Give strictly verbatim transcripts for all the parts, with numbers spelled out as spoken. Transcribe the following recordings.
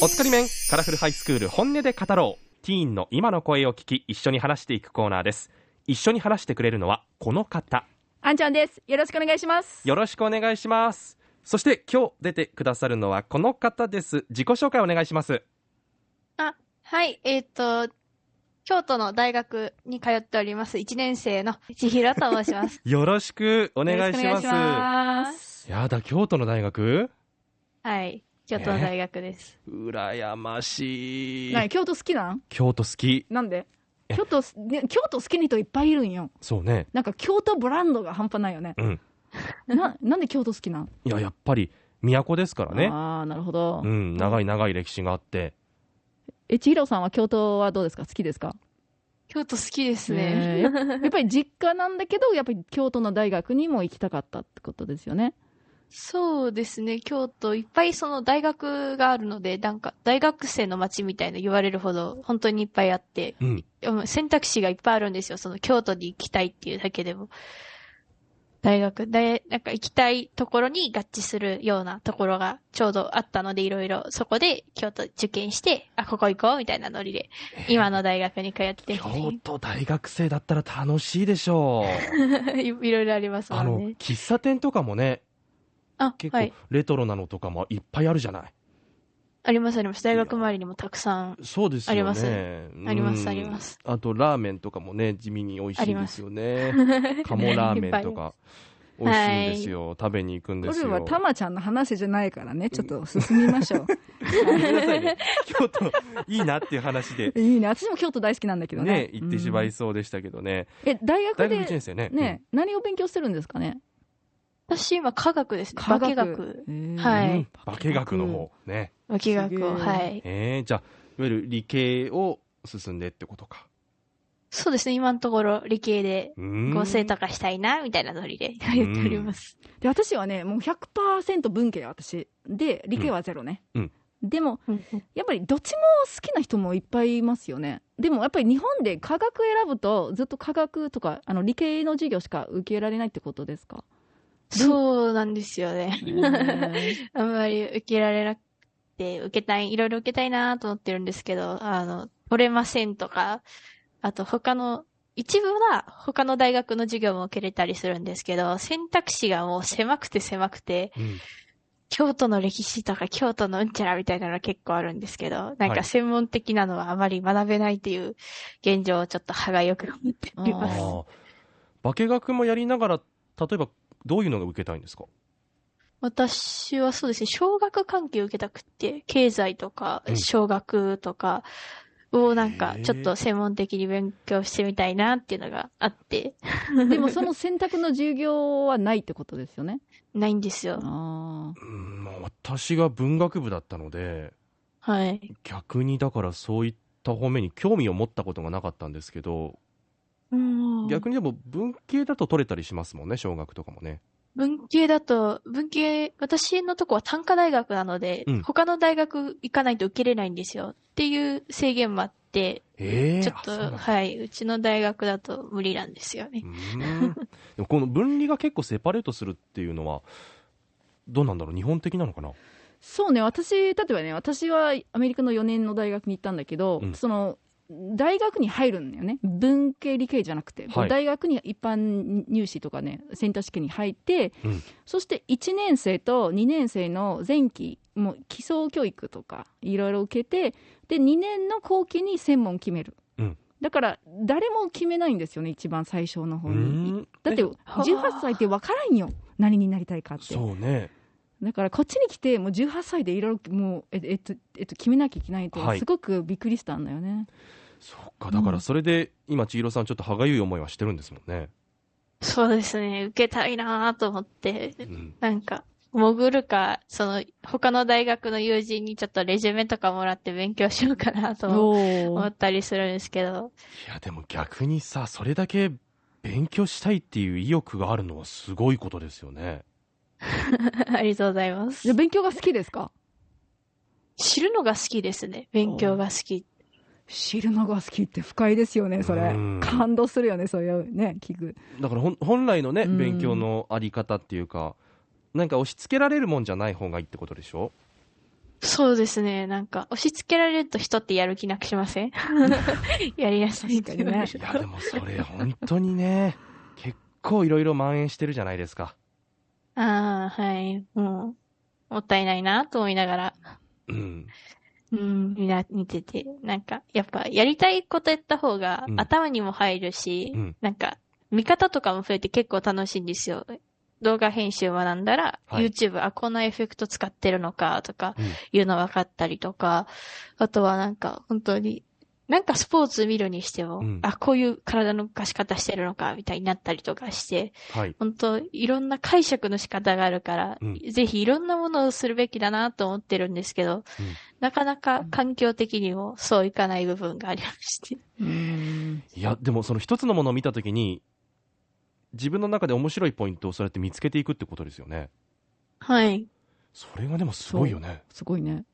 おつかり面カラフルハイスクール本音で語ろう。ティーンの今の声を聞き一緒に話していくコーナーです。一緒に話してくれるのはこの方、 あんちゃんです。よろしくお願いします。 よろしくお願いします。そして今日出てくださるのはこの方です。自己紹介お願いします。 あ、はい、えっと京都の大学に通っておりますいちねん生の千尋と申します。 よろしくお願いします。 ます。 やだ、京都の大学？ はい、京都の大学です。 えー、羨ましい。 何、京都好きなん？ 京都好き。 なんで？京都、ね、京都好きな人いっぱいいるんよ。 そうね。 なんか京都ブランドが半端ないよね。 うん。 な, なんで京都好きなん？ いや、やっぱり都ですからね。 ああ、なるほど。 うん、長い長い歴史があって。 え、千尋さんは京都はどうですか？好きですか？ 京都好きですね。 えー、やっぱり実家なんだけど、やっぱり京都の大学にも行きたかったってことですよね。 そうですね、京都いっぱいその大学があるので、なんか大学生の街みたいな言われるほど本当にいっぱいあって、うん、選択肢がいっぱいあるんですよ。その京都に行きたいっていうだけでも。大学で、なんか行きたいところに合致するようなところがちょうどあったので、いろいろそこで京都受験して、あ、ここ行こうみたいなノリで、今の大学に通って、 京都大学生だったら楽しいでしょう。 い, いろいろありますもんね。 あの、喫茶店とかもね、 あ、 結構レトロなのとかもいっぱいあるじゃない。はい、 ありますあります。大学周りにもたくさん。 そうですよね。 あります。ありますあります。 あとラーメンとかもね、地味に美味しいですよね。鴨ラーメンとか美味しいんですよ。はい、食べに行くんですよ。 これはたまちゃんの話じゃないからね、ちょっと進みましょう。 ごめんなさいね。京都いいなっていう話で。 いいね。私も京都大好きなんだけどね。 ね、行ってしまいそうでしたけどね。 うん、え、大学で大学いちねん生ね。 ね、うん、何を勉強してるんですかね。 私今科学ですね。化学。はい。 化学の方ね。 化学を、はい。 えー、じゃあいわゆる理系を進んでってことか。 そうですね。今のところ理系で合成とかしたいなみたいなノリで言っております。 で、私はね、もう ひゃくパーセント 文系で私で理系はゼロね。うんうん、でも、うん、やっぱりどっちも好きな人もいっぱいいますよね。でもやっぱり日本で科学選ぶとずっと科学とかあの理系の授業しか受けられないってことですか？ そうなんですよね。あんまり受けられなくて、受けたい、いろいろ受けたいなと思ってるんですけど、あの、取れませんとか、あと他の、一部は他の大学の授業も受けれたりするんですけど、選択肢がもう狭くて狭くて、うん、京都の歴史とか京都のうんちゃらみたいなのが結構あるんですけど、なんか専門的なのはあまり学べないっていう現状をちょっと歯がよく思っております。 化学もやりながら、例えばどういうのが受けたいんですか？ 私はそうですね、小学関係を受けたくって、経済とか小学とかをなんかちょっと専門的に勉強してみたいなっていうのがあって。 でもその選択の授業はないってことですよね。 ないんですよ。 あ、 うん、まあ、私が文学部だったので、 はい。 逆にだからそういった方面に興味を持ったことがなかったんですけど、 うん、 逆にでも文系だと取れたりしますもんね、小学とかもね。 文系だと、文系、私のとこは単科大学なので、うん、他の大学行かないと受けれないんですよっていう制限もあって、 えー、 ちょっと、はい、うちの大学だと無理なんですよね。 うんでもこの分離が結構セパレートするっていうのは、どうなんだろう、日本的なのかな。 そうね、私、例えばね、私はアメリカのよねんの大学に行ったんだけど、うん、その、大学に入るんだよね。文系理系じゃなくて、はい、大学に一般入試とかね、センター試験に入って、うん、そしていちねん生とにねん生の前期もう基礎教育とかいろいろ受けて、でにねんの後期に専門決める、うん、だから誰も決めないんですよね、一番最初の方に。だってじゅうはっさいって分からんよ、何になりたいかって。 そうね。 だからこっちに来てもうじゅうはっさいでいろいろもうえ、えっとえっと、決めなきゃいけないと、はい、すごくびっくりしたんだよね。 そうか、だからそれで今千尋さんちょっと歯がゆい思いはしてるんですもんね。 そうですね、受けたいなと思って、うん、なんか潜るか、その他の大学の友人にちょっとレジュメとかもらって勉強しようかなと思ったりするんですけど。 いやでも逆にさ、それだけ勉強したいっていう意欲があるのはすごいことですよね。 ありがとうございます。 じゃ勉強が好きですか？ 知るのが好きですね。勉強が好き。 知るのが好きって深いですよね、それ。感動するよね、そういうね、聞く。 だから本来のね、勉強のあり方っていうか、なんか押し付けられるもんじゃない方がいいってことでしょ？ そうですね。なんか、押し付けられると人ってやる気なくしませんやりやすいっていうのは。 いやでもそれ本当にね、結構いろいろ蔓延してるじゃないですか。 ああ、はい。もう、もったいないなと思いながら、 うん。 うん、みんな見てて、なんか、やっぱ、やりたいことやった方がうん頭にも入るし、 うんなんか、見方とかも増えて結構楽しいんですよ。動画編集を学んだら、 はい YouTube、あ、こんなエフェクト使ってるのかとかうんいうの分かったりとか、あとはなんか、本当に、なんかスポーツ見るにしても、 うんあ、こういう体の動かし方してるのか、みたいになったりとかして、 はい。 本当いろんな解釈の仕方があるから、 うんぜひいろんなものをするべきだなと思ってるんですけど、 うんなかなか環境的にもそういかない部分がありまして。 うーん。 いやでもその一つのものを見たときに自分の中で面白いポイントをそうやって見つけていくってことですよね。 はい。 それがでもすごいよね。 すごいね。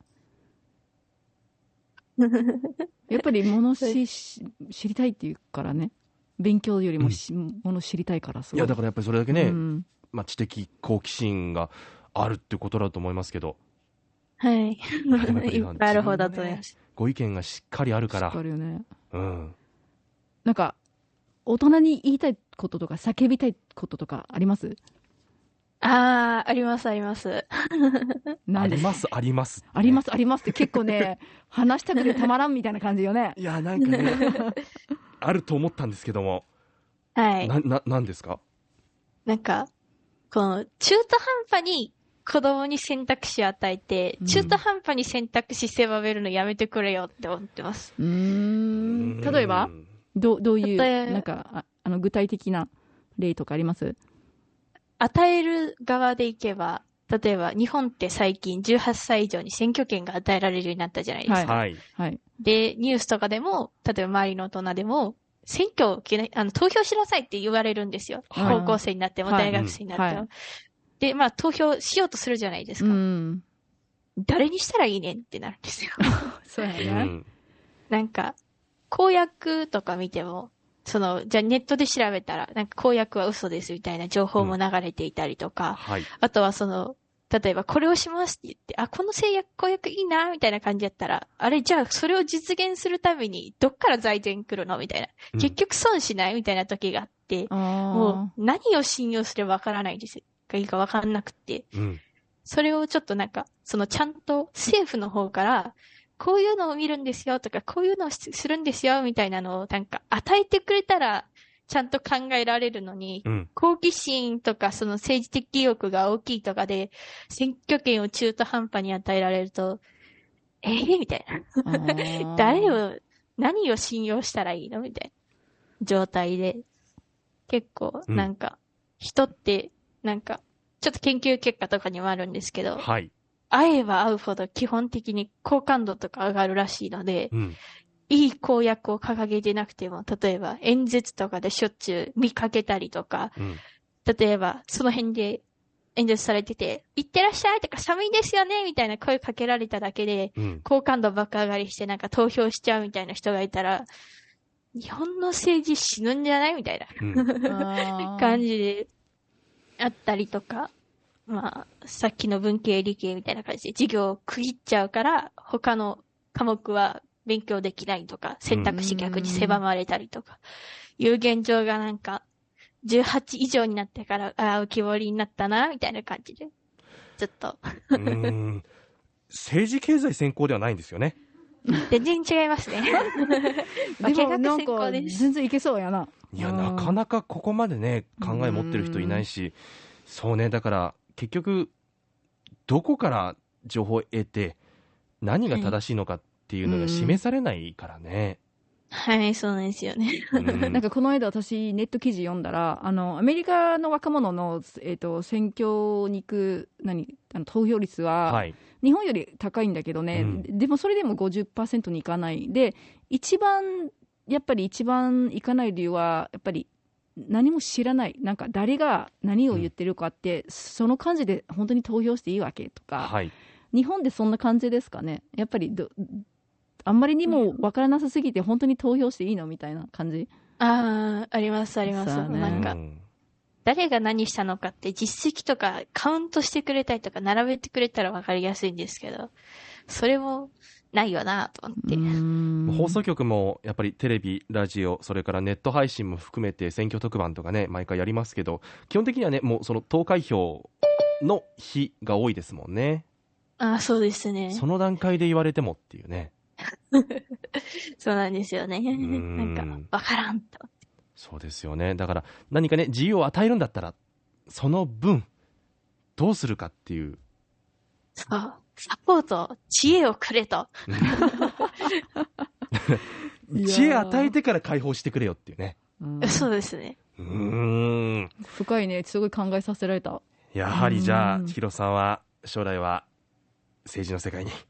やっぱり物しし知りたいっていうからね。勉強よりもし、もの知りたいからすごい。 いやだからやっぱりそれだけね、 うんまあ、知的好奇心があるってことだと思いますけど、 はい。 でもやっぱりいっぱいある方だと思います。 ご意見がしっかりあるからしっかりよね。 うん、 なんか、大人に言いたいこととか、叫びたいこととかあります？ あー、ありますあります。 あ何ですか？ りますあります、ね、 ありますありますって結構ね、話したくてたまらんみたいな感じよね。 いやなんかねあると思ったんですけども、 はい。 なななんですか？ なんか、この、中途半端に子供に選択肢を与えて、 うん中途半端に選択肢狭めるのやめてくれよって思ってます。 うーん。例えばどどういう、 例えなんか、ああの具体的な例とかあります？ 与える側でいけば、例えば日本って最近じゅうはっさい以上に選挙権が与えられるようになったじゃないですか。 はいはい。 で、ニュースとかでも、例えば周りの大人でも、選挙をきなあの投票しなさいって言われるんですよ。 はい高校生になっても、 はい大学生になっても。 はいで、まあ投票しようとするじゃないですうか。 ん。 誰にしたらいいねんってなるんですよ。 そうやね。 うんなんか、公約とか見ても、その、じゃあネットで調べたら、なんか公約は嘘ですみたいな情報も流れていたりとか、 はいあとはその、例えばこれをしますって言って、あ、この制約、公約いいな、みたいな感じやったら、あれじゃあそれを実現するために、どっから財源来るのみたいな。 うん結局損しないみたいな時があって、 あもう何を信用すればわからないです。がいいかわからなくて、 うんそれをちょっとなんか、そのちゃんと政府の方から、こういうのを見るんですよとか、こういうのをすするんですよみたいなのをなんか与えてくれたら、ちゃんと考えられるのに、 うん好奇心とかその政治的意欲が大きいとかで、選挙権を中途半端に与えられると、えー、みたいな。 ー誰を、何を信用したらいいのみたいな状態で。結構、 うんなんか、人って、なんか、ちょっと研究結果とかにもあるんですけど、 はい会えば会うほど基本的に好感度とか上がるらしいので、 うんいい公約を掲げてなくても、例えば演説とかでしょっちゅう見かけたりとか、 うん例えばその辺で演説されてて、行ってらっしゃいとか寒いですよねみたいな声かけられただけで、 うん好感度爆上がりしてなんか投票しちゃうみたいな人がいたら、日本の政治死ぬんじゃないみたいなうんあー感じであったりとか、まあ、さっきの文系理系みたいな感じで授業を区切っちゃうから、他の科目は勉強できないとか、選択肢逆に狭まれたりとか、いう現状がなんか、じゅうはち以上になってから、ああ、浮き彫りになったな、みたいな感じで、ずっと。 うーん政治経済専攻ではないんですよね。 全然違いますね。化でも学専なんか攻です。 全然いけそうやな。 いやうんなかなかここまでね考え持ってる人いないし、そうね、だから結局どこから情報を得て何が正しいのかっていうのが示されないからね、 はい、そうなんですよね。 うんなんかこの間私ネット記事読んだら、あのアメリカの若者の、えー、と選挙に行く何あの投票率は、 はい日本より高いんだけどね、 うんでもそれでも ごじゅっパーセント にいかないで、一番やっぱり一番いかない理由はやっぱり何も知らない、なんか誰が何を言ってるかって、その感じで本当に投票していいわけとか、 はい日本でそんな感じですかね。やっぱりどあんまりにも分からなさすぎて本当に投票していいのみたいな感じ。 ああ、あります、あります。 そうねなんかう、ん誰が何したのかって実績とかカウントしてくれたりとか並べてくれたら分かりやすいんですけど、 それもないよなと思って。 放送局もやっぱりテレビ、ラジオ、それからネット配信も含めて選挙特番とかね、毎回やりますけど、基本的にはね、もうその投開票の日が多いですもんね。 あ、そうですね。 その段階で言われてもっていうね。 そうなんですよね。なんか、わからんと。 そうですよね。だから何かね、自由を与えるんだったら、その分、どうするかっていう。 そう。サポート、知恵をくれと。 知恵与えてから解放してくれよっていうね。 うそうですね。 うーん。 深いね。すごい考えさせられた。 やはりじゃあ、千尋さんは将来は政治の世界に。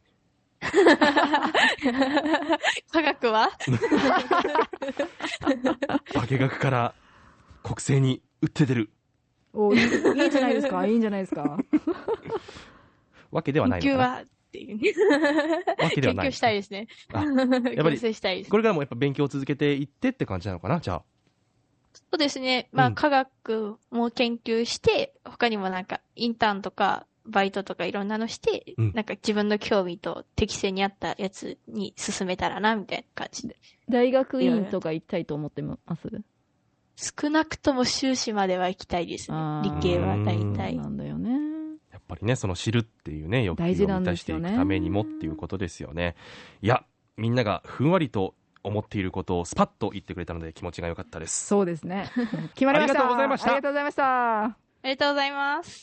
科学は化学から国政に打って出る。 おいい、いいんじゃないですか。いいんじゃないですか。 わけではないのかな。 研究はっていうね。 わけではない。 研究したいですね。 あ、やっぱりしたいです。 これからもやっぱ勉強を続けていってって感じなのかな、じゃあ。 そうですね。まあ、 うん、 科学も研究して、他にもなんかインターンとかバイトとかいろんなのして、うん、なんか自分の興味と適性に合ったやつに進めたらなみたいな感じで。 大学院とか行きたいと思ってます？ 少なくとも修士までは行きたいですね。理系は大体。 なんだよね。 やっぱりね、その知るっていうね、欲求を満たしていくためにもっていうことですよね。いや、みんながふんわりと思っていることをスパッと言ってくれたので気持ちが良かったです。 そうですね。決まりました。 ありがとうございました。 ありがとうございました。 ありがとうございます。